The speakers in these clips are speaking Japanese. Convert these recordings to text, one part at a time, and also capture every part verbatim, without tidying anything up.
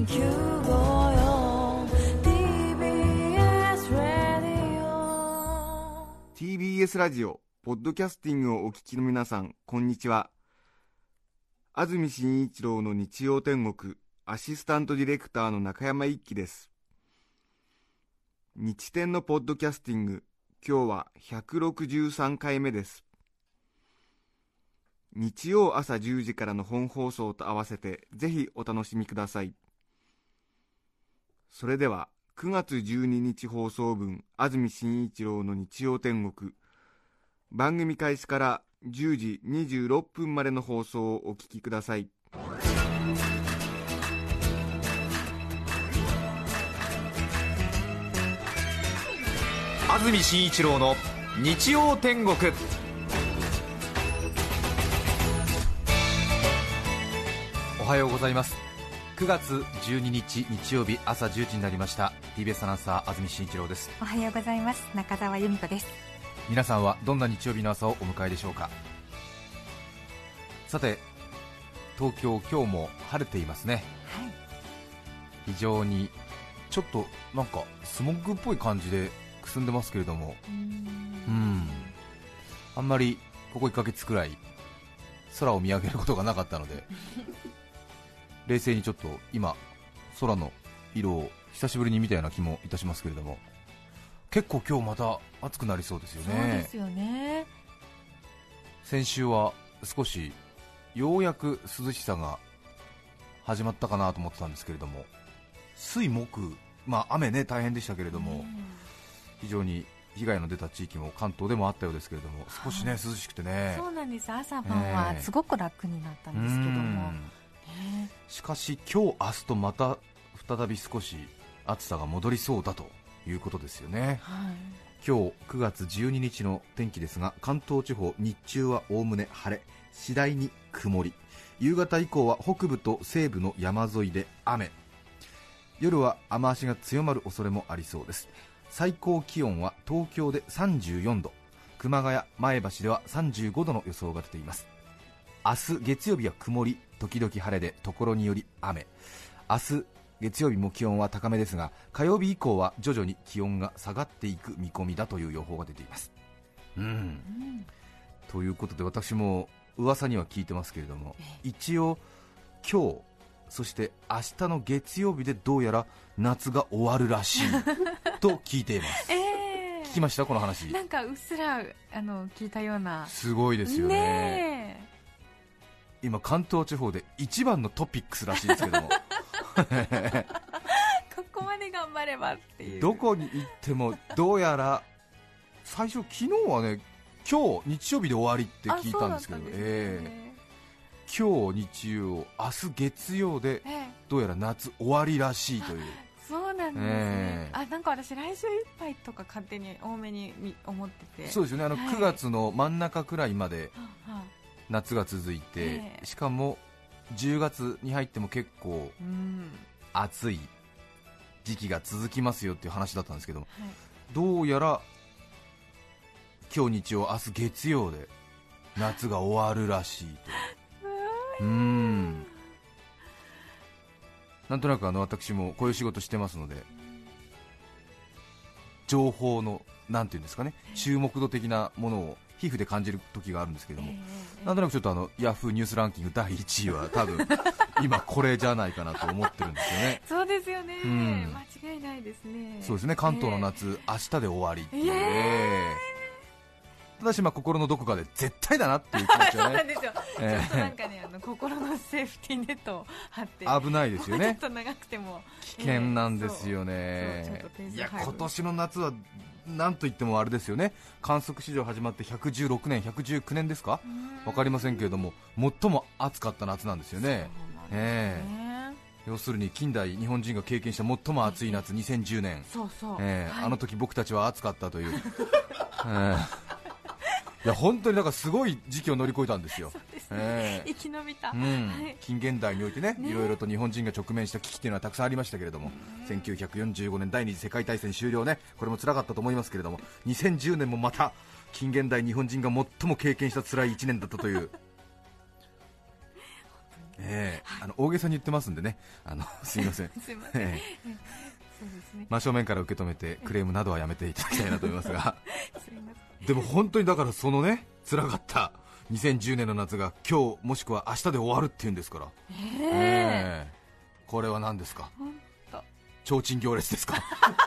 きゅうごよん ティービーエス ラジオティービーエス ラジオポッドキャスティングをお聞きの皆さん、こんにちは。安住紳一郎の日曜天国、アシスタントディレクターの中山一輝です。日天のポッドキャスティング、今日はひゃくろくじゅうさんかいめです。日曜朝じゅうじからの本放送と合わせてぜひお楽しみください。それではくがつじゅうににち放送分、安住紳一郎の日曜天国、番組開始からじゅうじにじゅうろっぷんまでの放送をお聞きください。 安住紳一郎の日曜天国。おはようございます。くがつじゅうににち日曜日朝じゅうじになりました。 ティービーエス アナウンサー安住紳一郎です。 おはようございます。中澤由美子です。 皆さんはどんな日曜日の朝をお迎えでしょうか。さて、東京今日も晴れていますね、 はい、 非常にちょっとなんかスモッグっぽい感じでくすんでますけれども、うーんあんまりここいっかげつくらい空を見上げることがなかったので冷静にちょっと今空の色を久しぶりに見たような気もいたしますけれども、結構今日また暑くなりそうですよね。 そうですよね。 先週は少しようやく涼しさが始まったかなと思ってたんですけれども、水木、まあ雨ね大変でしたけれども、非常に被害の出た地域も関東でもあったようですけれども、少しね涼しくてね。 そうなんです。朝晩はすごく楽になったんですけども、 えー、しかし今日明日とまた再び少し暑さが戻りそうだということですよね、はい、今日くがつじゅうににちの天気ですが、関東地方日中はおおむね晴れ、次第に曇り、夕方以降は北部と西部の山沿いで雨、夜は雨足が強まる恐れもありそうです。最高気温は東京でさんじゅうよんど、熊谷、前橋ではさんじゅうごどの予想が出ています。明日月曜日は曇り時々晴れで所により雨、明日月曜日も気温は高めですが、火曜日以降は徐々に気温が下がっていく見込みだという予報が出ています。うん、うん、ということで私も噂には聞いてますけれども、一応今日そして明日の月曜日でどうやら夏が終わるらしいと聞いています、えー、聞きましたこの話。 なんかうっすらあの聞いたような。 すごいですよ ね, ね今関東地方で一番のトピックスらしいですけどもここまで頑張ればっていう、 どこに行ってもどうやら最初昨日はね、今日日曜日で終わりって聞いたんですけど、えー、今日日曜、明日月曜でどうやら夏終わりらしいという、 そうなんですね、えー、あなんか私来週いっぱいとか勝手に多めに思ってて。 そうですよね、あのはい、 くがつの真ん中くらいまで夏が続いて、えー、しかもじゅうがつに入っても結構暑い時期が続きますよっていう話だったんですけども、はい、どうやら今日日曜、明日月曜で夏が終わるらしいとうーんなんとなくあの私もこういう仕事してますので、情報のなんていうんですかね、注目度的なものを皮膚で感じる時があるんですけども、なんとなくちょっとあのヤフーニュースランキングだいいちいは多分今これじゃないかなと思ってるんですよね。 そうですよね、 うん、 間違いないですね。 そうですね、関東の夏、えー、明日で終わりっていうね、えー、ただしまあ心のどこかで絶対だなっていう気持ちはねそうなんですよ、えー、ちょっとなんかね、あの心のセーフティーネットを張って危ないですよね、 ちょっと長くても危険なんですよね、えー、いや今年の夏はなんといってもあれですよね、観測史上始まってひゃくじゅうろくねん、ひゃくじゅうきゅうねんですか、分かりませんけれども最も暑かった夏なんですよね。えー、要するに近代日本人が経験した最も暑い夏、にせんじゅうねん、 そうそう、 えーはい、 あの時僕たちは暑かったという、えー、いや本当にだからすごい時期を乗り越えたんですよ。 そうですね、えー、生き延びた、 うん、はい、近現代において ね, ねいろいろと日本人が直面した危機というのはたくさんありましたけれども、せんきゅうひゃくよんじゅうごねん第二次世界大戦終了ね、これも辛かったと思いますけれども、にせんじゅうねんもまた近現代日本人が最も経験した辛いいちねんだったというえー、あの大げさに言ってますんでね、あのすいませんすいません、 えそうですね、 真正面から受け止めてクレームなどはやめていただきたいなと思いますがすいません。 でも本当にだからそのね辛かったにせんじゅうねんの夏が今日もしくは明日で終わるっていうんですから、 えーえー、これは何ですか、 ほんと提灯行列ですか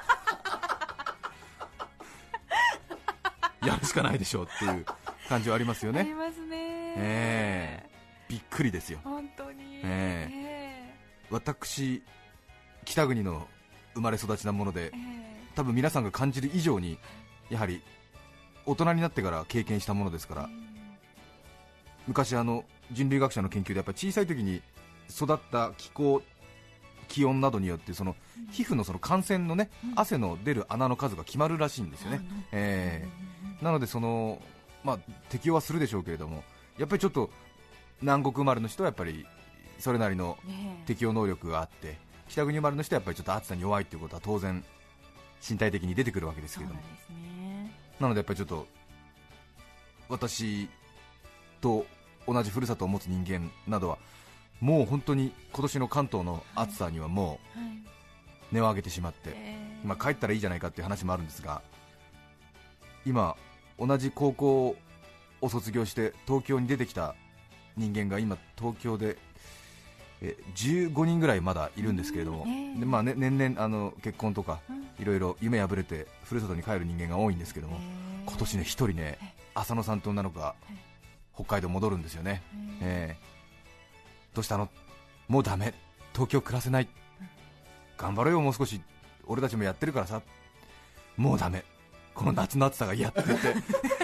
やるしかないでしょうっていう感じはありますよありね。 ますね、 えー、びっくりですよ。 本当に、 えーえ私北国の生まれ育ちなものでーえ多分皆さんが感じる以上にやはり大人になってから経験したものですから、 ーうん昔あの人類学者の研究でやっぱり小さい時に育った気候気温などによってその皮膚のその汗腺のね、 うん汗の出る穴の数が決まるらしいんですよね、えーなのでその、まあ、適用はするでしょうけれども、やっぱりちょっと南国生まれの人はやっぱりそれなりのね適応能力があって、北国生まれの人はやっぱりちょっと暑さに弱いということは当然身体的に出てくるわけですけれども、 そうなんですね。 なのでやっぱりちょっと私と同じふるさとを持つ人間などはもう本当に今年の関東の暑さにはもはい、 う値を上げてしまって、 えーまあ、帰ったらいいじゃないかっていう話もあるんですが、今同じ高校を卒業して東京に出てきた人間が今東京でえじゅうごにんぐらいまだいるんですけれども、 うんええでまあね、年々あの結婚とかうんいろいろ夢破れてふるさとに帰る人間が多いんですけども、 えー今年ね一人ね浅野さんと女の子が北海道戻るんですよね、 ええーどうしたの、もうダメ、東京暮らせない、頑張ろうよもう少し、俺たちもやってるからさ、もうダメ、この夏の暑さが嫌って言って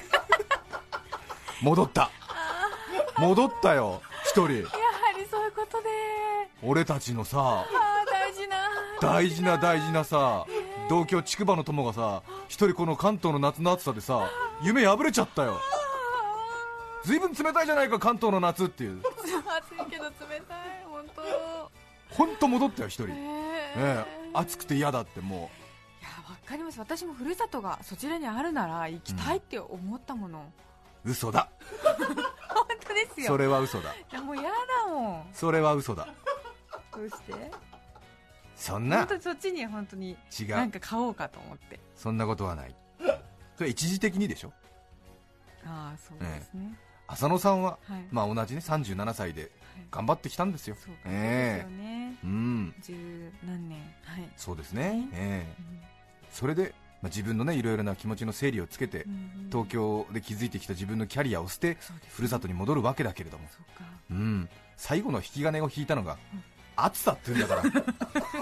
戻った戻ったよ一人、 ーやはりそういうことで、 俺たちのさあー大事な大事な大事なさ同郷筑波の友がさ一人この関東の夏の暑さでさ夢破れちゃったよ。ずいぶん冷たいじゃないか関東の夏っていう、 暑いけど冷たい、本当。 本当戻ったよ一人、 ええーえ暑くて嫌だってもいやわかります。私もふるさとがそちらにあるなら行きたいって思ったもの、 う嘘だ、 本当ですよ。 それは嘘だ、 いやもう嫌だもん。 それは嘘だ、 どうしてそんな本当にそっちに本当に違う、 なんか買おうかと思って。 そんなことはない、それ一時的にでしょ。 ああそうですね、 浅野さんは、 はい、 まあ、同じねさんじゅうななさいで頑張ってきたんですよ。 そうか、そうですよね、 うん十何年、はい、 そうですね、ええうんそれで、まあ、自分のねいろいろな気持ちの整理をつけて、 うん東京で築いてきた自分のキャリアを捨てそうですねふるさとに戻るわけだけれども、 そうか、 うん、最後の引き金を引いたのが、 うん暑さっていうんだから本当です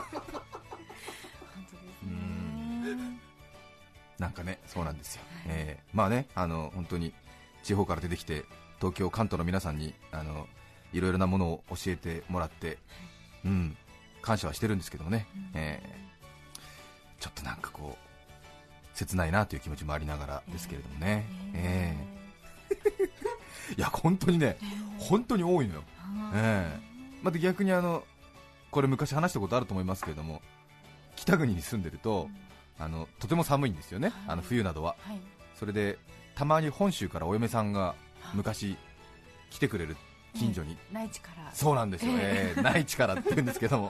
うね。 なんかねそうなんですよ、 はいええまあねあの本当に地方から出てきて東京関東の皆さんにあのいろいろなものを教えてもらって、うん、感謝はしてるんですけどもね、 うんええちょっとなんかこう切ないなという気持ちもありながらですけれどもね、ええいや本当にね本当に多いのよ、ええまた逆にあのこれ昔話したことあると思いますけれども、北国に住んでるとあのとても寒いんですよね、 はいあの冬などは。 はい、 それでたまに本州からお嫁さんが昔来てくれる、近所に、 内地からそうなんですよ、 ええー内地からって言うんですけども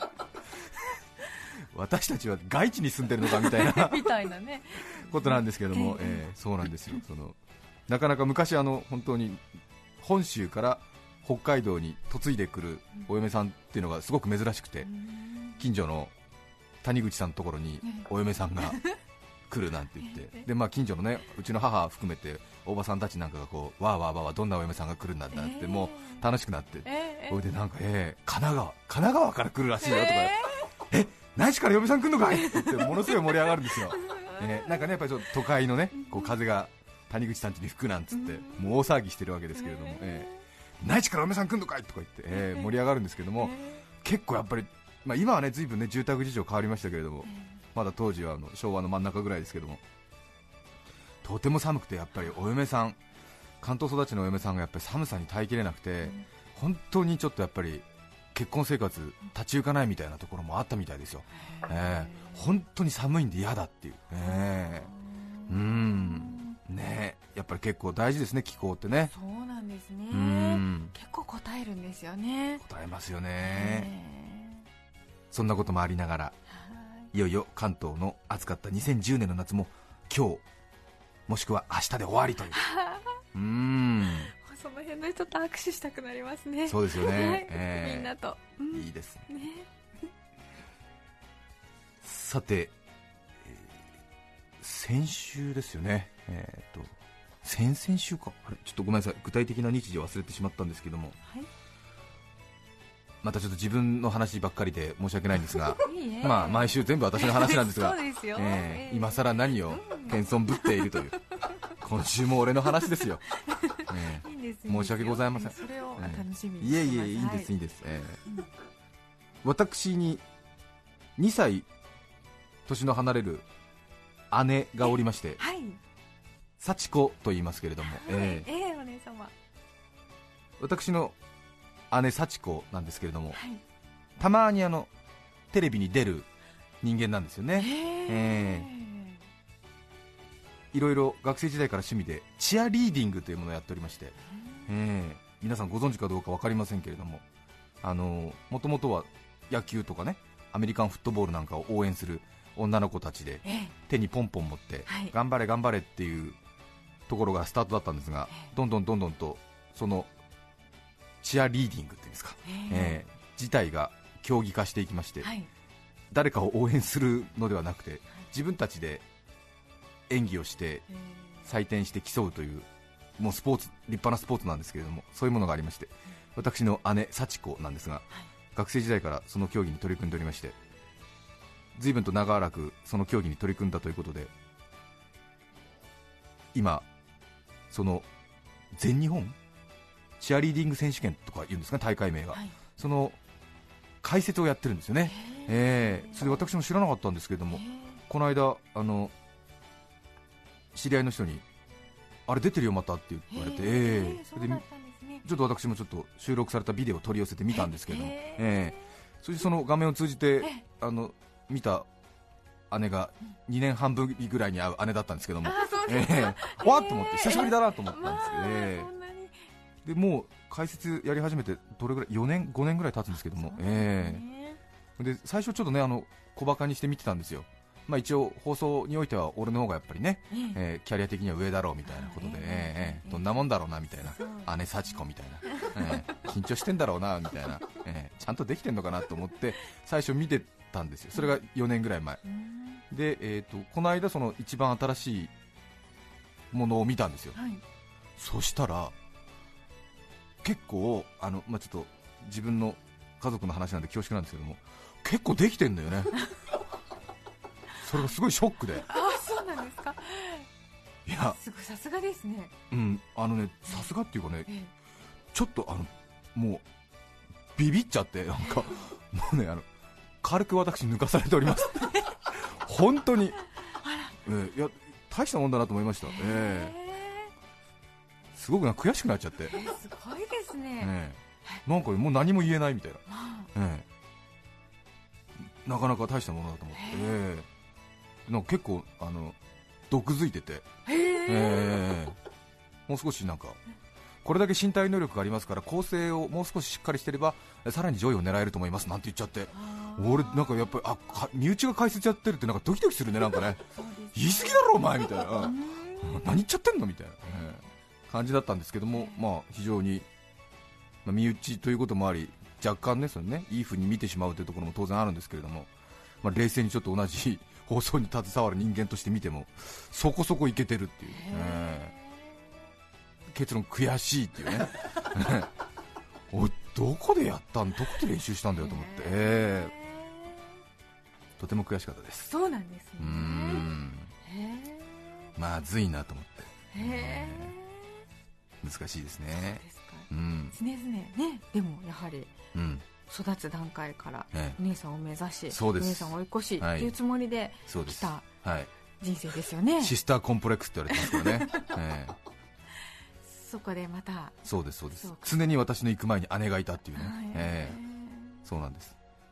私たちは外地に住んでるのかみたいなみたいなねことなんですけども、 ええーそうなんですよ、そのなかなか昔あの本当に本州から北海道に嫁いでくるお嫁さんっていうのがすごく珍しくて、 うん近所の谷口さんのところにお嫁さんが来るなんて言ってで、まあ、近所のねうちの母含めておばさんたちなんかがこうわーわーわーわーどんなお嫁さんが来るんだってなって、 えーもう楽しくなって、 えそれでなんか、えー、神奈川神奈川から来るらしいよとか、ええ内地から嫁さん来るのかいって言ってものすごい盛り上がるんですよ、えーなんかねやっぱりちょっと都会のねこう風が谷口さん家に吹くなんつってもう大騒ぎしてるわけですけれども、えー内地から嫁さん来るのかいとか言って、えー盛り上がるんですけども、結構やっぱり、まあ、今はね随分ね住宅事情変わりましたけれども、まだ当時はあの昭和の真ん中ぐらいですけども、とても寒くてやっぱりお嫁さん関東育ちのお嫁さんがやっぱり寒さに耐えきれなくて、本当にちょっとやっぱり結婚生活立ち行かないみたいなところもあったみたいですよ、えー本当に寒いんで嫌だっていう、えーうーんね、やっぱり結構大事ですね、気候ってね。 そうなんですね。 うん、 結構答えるんですよね。 答えますよね。そんなこともありながら、いよいよ関東の暑かったにせんじゅうねんの夏も今日もしくは明日で終わりといううーん、 その辺の人と握手したくなりますね。 そうですよね、 はい、 えー、 みんなと、うん、 いいですね。 ねさて、えー、先週ですよね、えー、と先々週か、あれちょっとごめんなさい、具体的な日時を忘れてしまったんですけども、 はい、 またちょっと自分の話ばっかりで申し訳ないんですがいいね、 まあ毎週全部私の話なんですがそうですよ、 えーえー、 今更何を謙遜ぶっているという今週も俺の話ですよ、えー、 いいんです、 申し訳ございません。 それを楽しみにいえしてます。 いえ、いいですいいです、えーうん、私ににさい年の離れる姉がおりまして、 はい、 幸子と言いますけれども、 はい、 えーえー、お姉様、 私の姉幸子なんですけれども、 はい、 たまにあのテレビに出る人間なんですよね。 えーえーいろいろ学生時代から趣味でチアリーディングというものをやっておりまして、えー、皆さんご存知かどうか分かりませんけれども、あのもともとは野球とかね、アメリカンフットボールなんかを応援する女の子たちで、手にポンポン持って、はい、頑張れ頑張れっていうところがスタートだったんですが、どんどんどんどんとそのチアリーディングっていうんですか、えー、自体が競技化していきまして、はい、誰かを応援するのではなくて自分たちで演技をして採点して競うという、もうスポーツ、立派なスポーツなんですけれども、そういうものがありまして、私の姉幸子なんですが、はい、学生時代からその競技に取り組んでおりまして、随分と長らくその競技に取り組んだということで、今その全日本チアリーディング選手権とかいうんですか、大会名が、はい、その解説をやってるんですよね。えー、それで私も知らなかったんですけれども、この間あの知り合いの人にあれ出てるよまたって言われて、えー、それでちょっと私もちょっと収録されたビデオを取り寄せて見たんですけれども、えー、それでその画面を通じてあの見た姉がにねんはんぶりぐらいに会う姉だったんですけども、えー、わっと思って久しぶりだなと思ったんですけど、えー、でもう解説やり始めてどれぐらいよねんごねんぐらい経つんですけども、えー、で最初ちょっとねあの小バカにして見てたんですよ。まあ、一応放送においては俺の方がやっぱりね、えーえー、キャリア的には上だろうみたいなことで、えーえー、どんなもんだろうなみたいな、姉幸子みたいな、えー、緊張してんだろうなみたいな、えー、ちゃんとできてんのかなと思って最初見てたんですよ。それがよねんぐらい前で、えー、とこの間その一番新しいものを見たんですよ、はい、そしたら結構あの、まあ、ちょっと自分の家族の話なんで恐縮なんですけども、結構できてんだよねそれがすごいショックで。 あ、そうなんですか。 いや、 すごい、さすがですね。 うん、あのね、さすがっていうかね、ええ、ちょっとあのもうビビっちゃって、なんかもうね、あの軽く私抜かされております本当に、えー、いや大したもんだなと思いました。えー、すごくな悔しくなっちゃって、えー、すごいですね、えー、なんかもう何も言えないみたいな、えー、なかなか大したものだと思って、えーなんか結構あの毒づいてて、えー、もう少しなんかこれだけ身体能力がありますから構成をもう少ししっかりしてればさらに上位を狙えると思いますなんて言っちゃって、俺なんかやっぱりあ身内が解説やってるってなんかドキドキするね、なんかね言い過ぎだろお前みたいな何言っちゃってんのみたいな、えー、感じだったんですけども、まあ非常に、まあ、身内ということもあり若干ねそれねいい風に見てしまうというところも当然あるんですけれども、まあ、冷静にちょっと同じ放送に携わる人間として見てもそこそこいけてるっていう、えー、結論悔しいっていうねおどこでやったんどこで練習したんだよと思って、えー、とても悔しかったです。 そうなんですね。うーん、 まずいなと思って、えー、難しいですね。そうですか、うん、 常々ね。でもやはり、うん育つ段階からお姉さんを目指し、お姉さんを追い越しっていうつもりで来た人生ですよね、はい、 シスターコンプレックスって言われてますからね、えー、 そこでまたそうですそうです常に私の行く前に姉がいたっていうね、えー、そうなんです。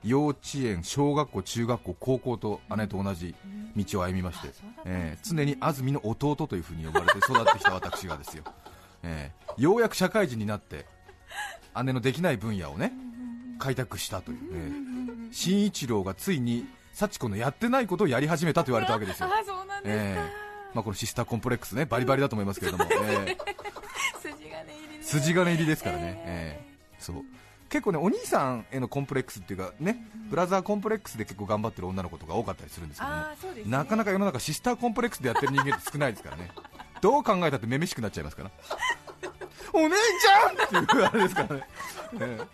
幼稚園、小学校、中学校、高校と姉と同じ道を歩みまして、えー、常に安住の弟というふうに呼ばれて育ってきた私がですよ、えー、ようやく社会人になって姉のできない分野をね開拓したという、えー、慎一郎がついに幸子のやってないことをやり始めたと言われたわけですよ。 あ、そうなんですか。えーまあ、このシスターコンプレックスね、バリバリだと思いますけれども、えー、 筋金入りね、 筋金入りですからね、えー、そう結構ね、お兄さんへのコンプレックスっていうかね、ブラザーコンプレックスで結構頑張ってる女の子とか多かったりするんですけど、ねあ、そうですね、 なかなか世の中シスターコンプレックスでやってる人間って少ないですからねどう考えたってめめしくなっちゃいますからお姉ちゃんっていうあれですからね、えー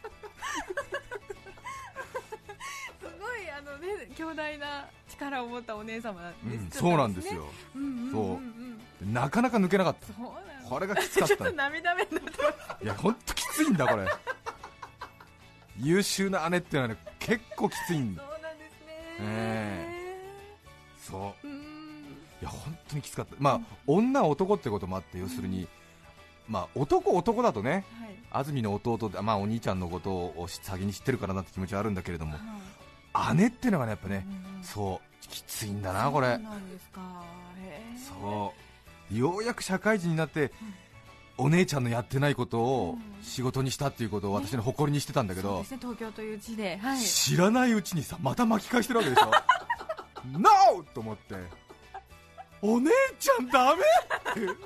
ね、強大な力を持ったお姉様なんです、ね、うん、 そうなんですよ、うんうんうんうん、そうなかなか抜けなかった。そうなんです、これがきつかった。 ちょっと涙目になってます。 いや本当きついんだこれ優秀な姉っていうのは、ね、結構きついんだ。 そうなんですね、 えー、そう、うん、いや本当にきつかった。まあ、うん、女は男ってこともあって、要するに、うん、まあ、男男だとね、はい、安住の弟で、まあ、お兄ちゃんのことを先に知ってるからなって気持ちはあるんだけれども、はい、姉っていうのがねやっぱね、うん、そうきついんだなこれ。 そうなんですか。へー。 そうようやく社会人になって、うん、お姉ちゃんのやってないことを仕事にしたっていうことを私の誇りにしてたんだけど、 そうですね、東京という地で、はい、 知らないうちにさまた巻き返してるわけでしょノーと思って、お姉ちゃんダメってお姉ちゃん取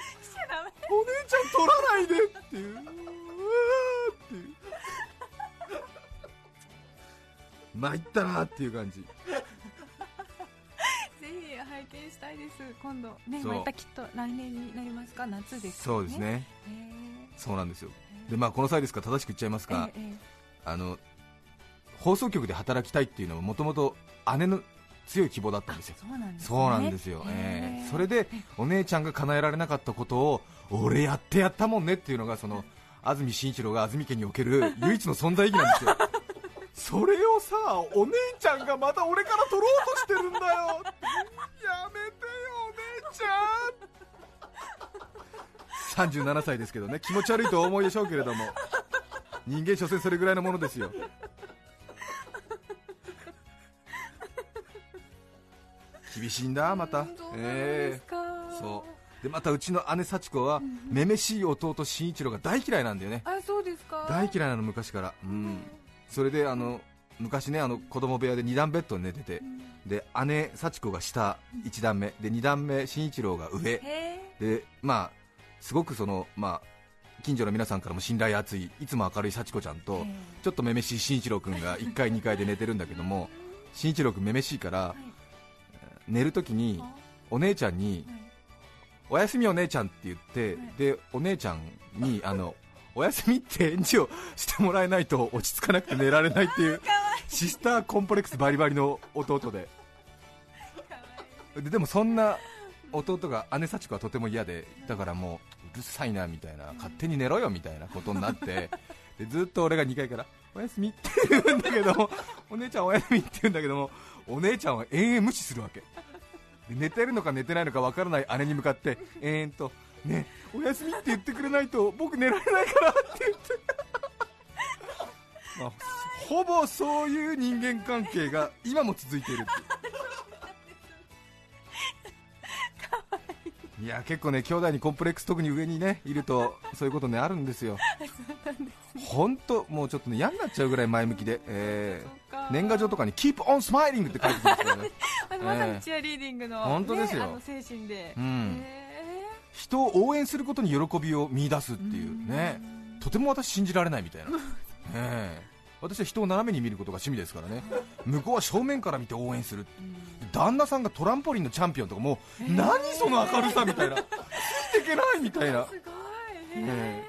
らないでっていううわーっていう参ったなっていう感じ。 ぜひ拝見したいです。今度ね、またきっと来年になりますか、夏ですね。 そうですね、そうなんですよ。で、まあ、この際ですから正しく言っちゃいますか、あの放送局で働きたいっていうのはもともと姉の強い希望だったんですよ。 そうなんですね。 そうなんですよ、えー、それでお姉ちゃんが叶えられなかったことを俺やってやったもんねっていうのが、その安住紳一郎が安住家における唯一の存在意義なんですよそれをさ、お姉ちゃんがまた俺から取ろうとしてるんだよやめてよお姉ちゃんさんじゅうななさいですけどね、気持ち悪いとお思いでしょうけれども、人間所詮それぐらいのものですよ。厳しいんだまた、えー、そうで、またうちの姉幸子は、うん、めめしい弟慎一郎が大嫌いなんだよね。 あ、そうですか。 大嫌いなの昔から、うん、それであの昔ね、あの子供部屋でに段ベッドに寝てて、うん、で姉幸子が下いち段目でに段目慎一郎が上で、まあすごくその、まあ、近所の皆さんからも信頼厚い、いつも明るい幸子ちゃんとちょっとめめしい慎一郎君がいっかいにかいで寝てるんだけども慎一郎君めめしいから、はい、寝るときにお姉ちゃんに、はい、おやすみお姉ちゃんって言って、はい、でお姉ちゃんにあのおやすみって返事をしてもらえないと落ち着かなくて寝られないっていうシスターコンプレックスバリバリの弟 で, ででもそんな弟が姉幸子はとても嫌で、だからもううるさいなみたいな、勝手に寝ろよみたいなことになってでずっと俺がにかいからおやすみって言うんだけどもお姉ちゃんおやすみって言うんだけども、お姉ちゃんは延々無視するわけで、寝てるのか寝てないのか分からない姉に向かって延々とね、おやすみって言ってくれないと僕寝られないからって言ってまあ、ほぼそういう人間関係が今も続いているっていや結構ね、兄弟にコンプレックス特に上にねいるとそういうことねあるんですよ。本当もうちょっとね嫌になっちゃうぐらい前向きで、えー、年賀状とかに Keep on smiling って書いてますからねまさにチアリーディングの、ね、 本当ですよ、 あの精神で、 うんえー、人を応援することに喜びを見出すっていうね、とても私信じられないみたいな、えー私は人を斜めに見ることが趣味ですからね向こうは正面から見て応援する、旦那さんがトランポリンのチャンピオンとかもう、えー、何その明るさみたいなついていけないみたいな、すごい、え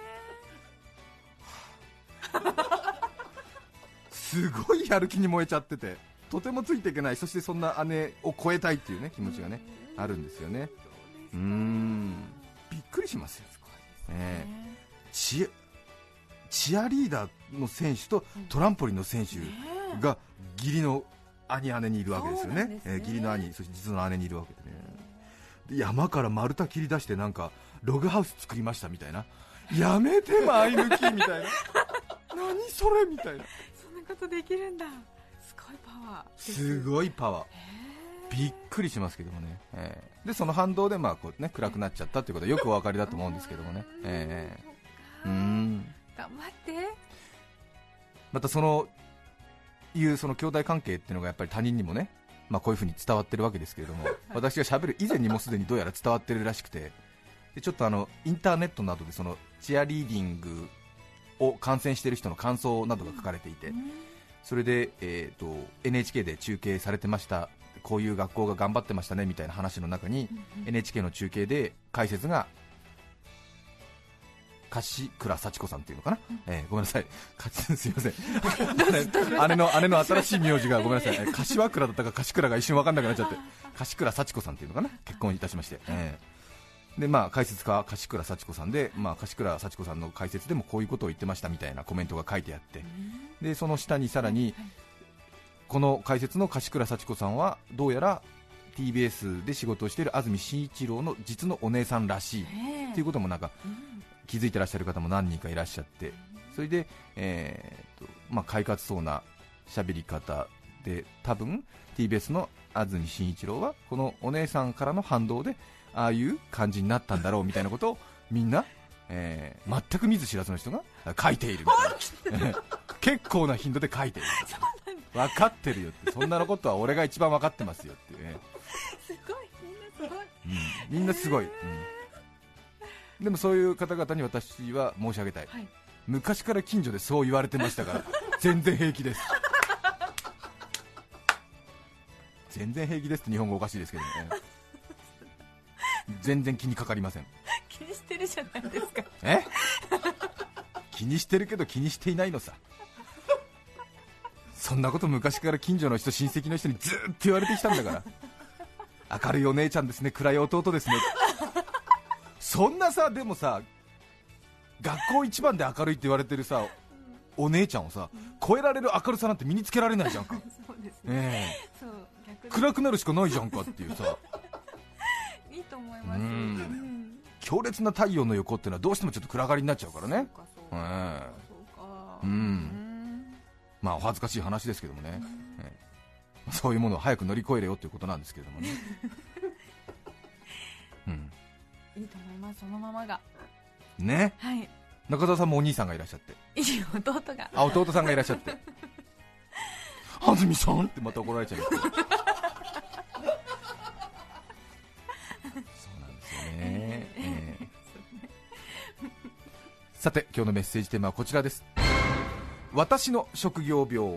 ー、すごいやる気に燃えちゃっててとてもついていけない、そしてそんな姉を超えたいっていうね気持ちがねあるんですよね。うーんびっくりしますよ、えー、ちチアリーダーの選手とトランポリンの選手が義理の兄姉にいるわけですよ ね, ね、えー、義理の兄、そして実の姉にいるわけでね、で山から丸太切り出してなんかログハウス作りましたみたいな、やめて前向きみたいな何それみたいな、 そんなことできるんだ、 すごいパワーすごいパワー、びっくりしますけどもね、えー、でその反動でまあこう、ね、暗くなっちゃったということはよくお分かりだと思うんですけどもね、えー、うーん頑張って。 またそのいうその兄弟関係っていうのがやっぱり他人にもね、まあ、こういう風に伝わってるわけですけれども、私がしゃべる以前にもすでにどうやら伝わってるらしくて、でちょっとあのインターネットなどでそのチアリーディングを観戦している人の感想などが書かれていて、それで、えー、と エヌエイチケー で中継されてました、こういう学校が頑張ってましたねみたいな話の中に、エヌエイチケー の中継で解説が柏倉幸子さんっていうのかな、えー、ごめんなさい、すいません姉の姉の新しい名字がごめんなさい、柏倉だったか柏倉が一瞬分かんなくなっちゃって、柏倉幸子さんっていうのかな、結婚いたしまして、えー、でまあ解説家柏倉幸子さんで、まあ、柏倉幸子さんの解説でもこういうことを言ってましたみたいなコメントが書いてあって、でその下にさらにこの解説の柏倉幸子さんはどうやら ティービーエス で仕事をしている安住紳一郎の実のお姉さんらしいということもなんか気づいてらっしゃる方も何人かいらっしゃって、それで、えーとまあ、快活そうな喋り方で、多分 ティービーエス の安住紳一郎はこのお姉さんからの反動でああいう感じになったんだろうみたいなことをみんな、えー、全く見ず知らずの人が書いているみたいな結構な頻度で書いている分かってるよって、そんなのことは俺が一番分かってますよっていうねすごい、みんなすごい、 うん、みんなすごい、うんでもそういう方々に私は申し上げたい、はい、昔から近所でそう言われてましたから全然平気です全然平気ですって日本語おかしいですけどね全然気にかかりません。 気にしてるじゃないですかえ気にしてるけど気にしていないのさ。そんなこと昔から近所の人親戚の人にずっと言われてきたんだから明るいお姉ちゃんですね、暗い弟ですねそんなさ、でもさ学校一番で明るいって言われてるさお姉ちゃんをさ超えられる明るさなんて身につけられないじゃんかそうですね、 えー、 そう逆に暗くなるしかないじゃんかっていうさいいと思います。うん、うん、 強烈な太陽の横っていうのはどうしてもちょっと暗がりになっちゃうからね。 そうかそうか、えー、そうか、 うん、うん、まあお恥ずかしい話ですけどもね、うん、えー、そういうものを早く乗り越えれよということなんですけれどもねうんいいと思います、そのままがね。 はい、 中澤さんもお兄さんがいらっしゃって、 いい弟があ弟さんがいらっしゃって安住さんってまた怒られちゃうそうなんですよね、えーえー、さて今日のメッセージテーマはこちらです。私の職業病。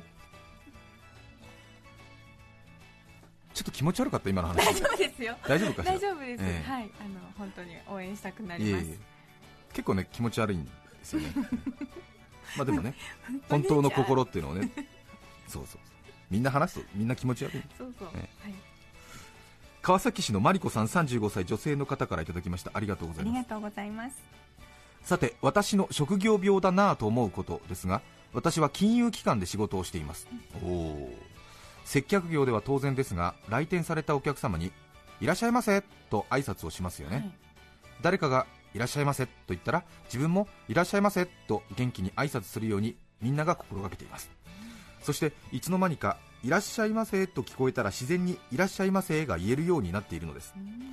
ちょっと気持ち悪かった今の話。 大丈夫ですよ。 大丈夫かしら。 大丈夫です、えー、はい、あの本当に応援したくなります。いえいえ、結構ね気持ち悪いんですよねまあでもね本当の心っていうのをねそうそうそう、みんな話すとみんな気持ち悪い。 そうそう、 ね、 はい、 川崎市のマリコさんさんじゅうごさい女性の方からいただきました。ありがとうございます。 ありがとうございます。 さて私の職業病だなぁと思うことですが、私は金融機関で仕事をしています。おお、接客業では当然ですが、来店されたお客様にいらっしゃいませと挨拶をしますよね、はい、誰かがいらっしゃいませと言ったら自分もいらっしゃいませと元気に挨拶するようにみんなが心がけています。そしていつの間にかいらっしゃいませと聞こえたら自然にいらっしゃいませが言えるようになっているのです。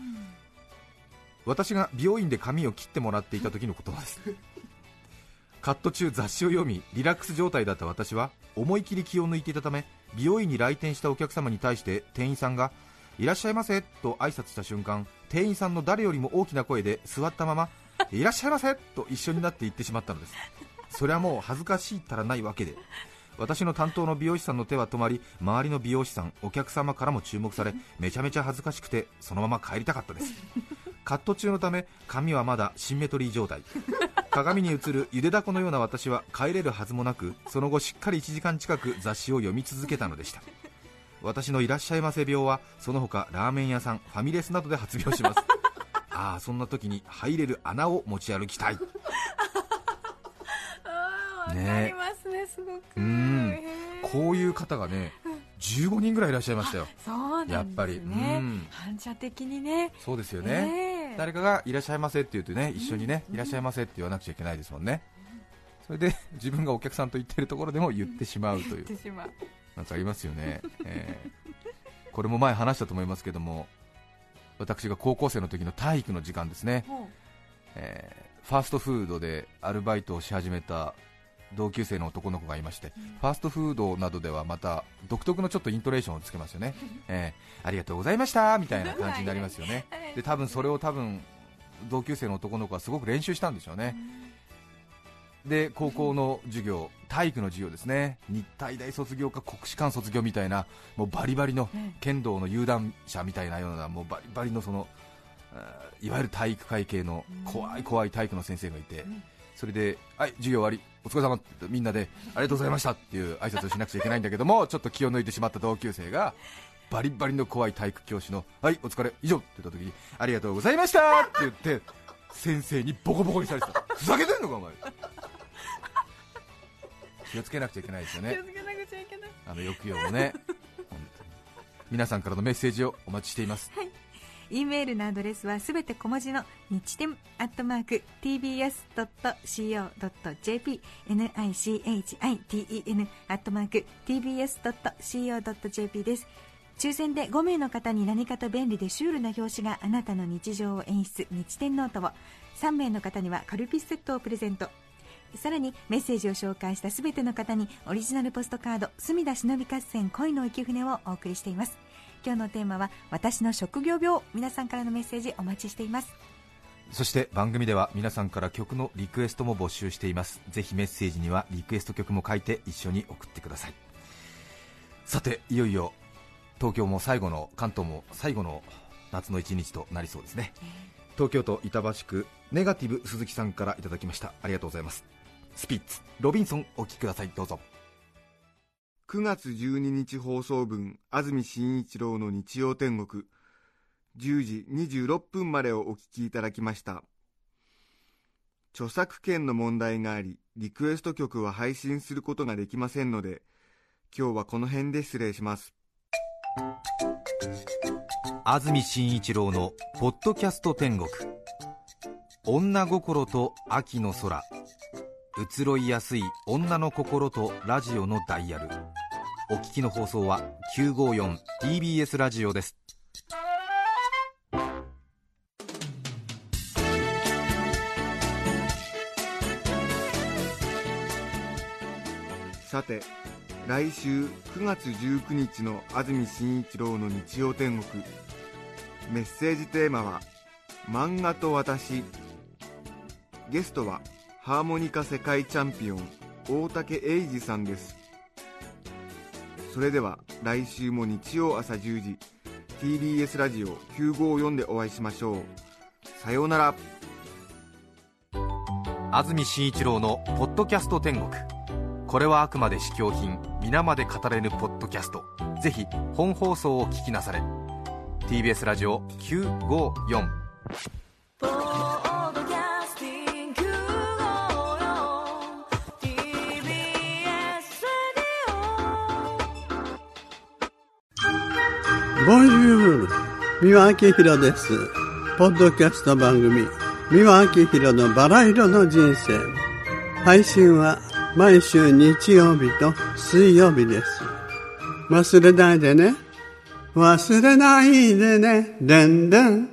私が美容院で髪を切ってもらっていた時の言葉ですカット中雑誌を読みリラックス状態だった私は思い切り気を抜いていたため、美容院に来店したお客様に対して店員さんがいらっしゃいませと挨拶した瞬間、店員さんの誰よりも大きな声で座ったままいらっしゃいませと一緒になって言ってしまったのです。それはもう恥ずかしいったらないわけで、私の担当の美容師さんの手は止まり、周りの美容師さんお客様からも注目され、めちゃめちゃ恥ずかしくてそのまま帰りたかったです。カット中のため髪はまだシンメトリー状態、鏡に映るゆでだこのような私は帰れるはずもなく、その後しっかりいちじかん近く雑誌を読み続けたのでした。私のいらっしゃいませ病はその他ラーメン屋さん、ファミレスなどで発病しますああ、そんな時に入れる穴を持ち歩きたいあー、わかりますね、すごく。 うん、こういう方がねじゅうごにんぐらいいらっしゃいましたよ。 そうなんですね、 やっぱり、うん、 反射的にね。 そうですよね、えー、誰かがいらっしゃいませって言うとね、一緒にね、うん、いらっしゃいませって言わなくちゃいけないですもんね。それで自分がお客さんと言ってるところでも言ってしまうという言ってしまう。 なんかありますよね、えー、これも前話したと思いますけども、私が高校生の時の体育の時間ですね、えー、ファーストフードでアルバイトをし始めた同級生の男の子がいまして、うん、ファーストフードなどではまた独特のちょっとイントネーションをつけますよね、えー、ありがとうございましたみたいな感じになりますよね。で多分それを多分同級生の男の子はすごく練習したんでしょうね。で高校の授業、体育の授業ですね、日体大卒業か国士舘卒業みたいな、もうバリバリの剣道の有段者みたいなような、もうバリバリのそのいわゆる体育会系の怖い怖い体育の先生がいて、それではい授業終わりお疲れ様ってみんなでありがとうございましたっていう挨拶をしなくちゃいけないんだけども、ちょっと気を抜いてしまった同級生がバリバリの怖い体育教師のはいお疲れ以上って言った時にありがとうございましたって言って先生にボコボコにされてた。ふざけてんのかお前。気をつけなくちゃいけないですよね。 気をつけなくちゃいけない、 あの抑揚をね本当に皆さんからのメッセージをお待ちしています。 はい、E メールのアドレスはすべて小文字の日天アットマーク ティービーエスドットシーオードットジェーピー ニチテン アットマーク ティービーエスドットシーオードットジェーピー です。抽選でご名の方に何かと便利でシュールな表紙があなたの日常を演出日天ノートを、さん名の方にはカルピスセットをプレゼント。さらにメッセージを紹介したすべての方にオリジナルポストカード隅田忍び合戦恋の浮舟をお送りしています。今日のテーマは私の職業病。皆さんからのメッセージお待ちしています。 そして番組では皆さんから曲のリクエストも募集しています。ぜひメッセージにはリクエスト曲も書いて一緒に送ってください。さていよいよ東京も最後の関東も最後の夏の一日となりそうですね。東京都板橋区ネガティブ鈴木さんからいただきました。ありがとうございます。スピッツロビンソンお聴きください。どうぞ。 くがつじゅうににち放送分安住紳一郎の日曜天国、じゅうじにじゅうろっぷんまでをお聞きいただきました。著作権の問題がありリクエスト曲は配信することができませんので今日はこの辺で失礼します。 安住紳一郎のポッドキャスト天国、女心と秋の空、移ろいやすい女の心とラジオのダイヤル。お聞きの放送は きゅうごよんティービーエス ラジオです。 さて来週くがつじゅうくにちの安住紳一郎の日曜天国、メッセージテーマは漫画と私。ゲストはハーモニカ世界チャンピオン大竹英二さんです。それでは来週も日曜朝じゅうじ ティービーエス ラジオきゅうごよんでお会いしましょう。さようなら。 安住紳一郎のポッドキャスト天国、これはあくまで試供品、皆まで語れぬポッドキャスト。ぜひ本放送を聞きなされ。 ティービーエス ラジオきゅうごよん。 ボンジュール、三輪明宏です。ポッドキャスト番組三輪明宏のバラ色の人生、配信は毎週日曜日と水曜日です。忘れないでね、忘れないでね、でんでん。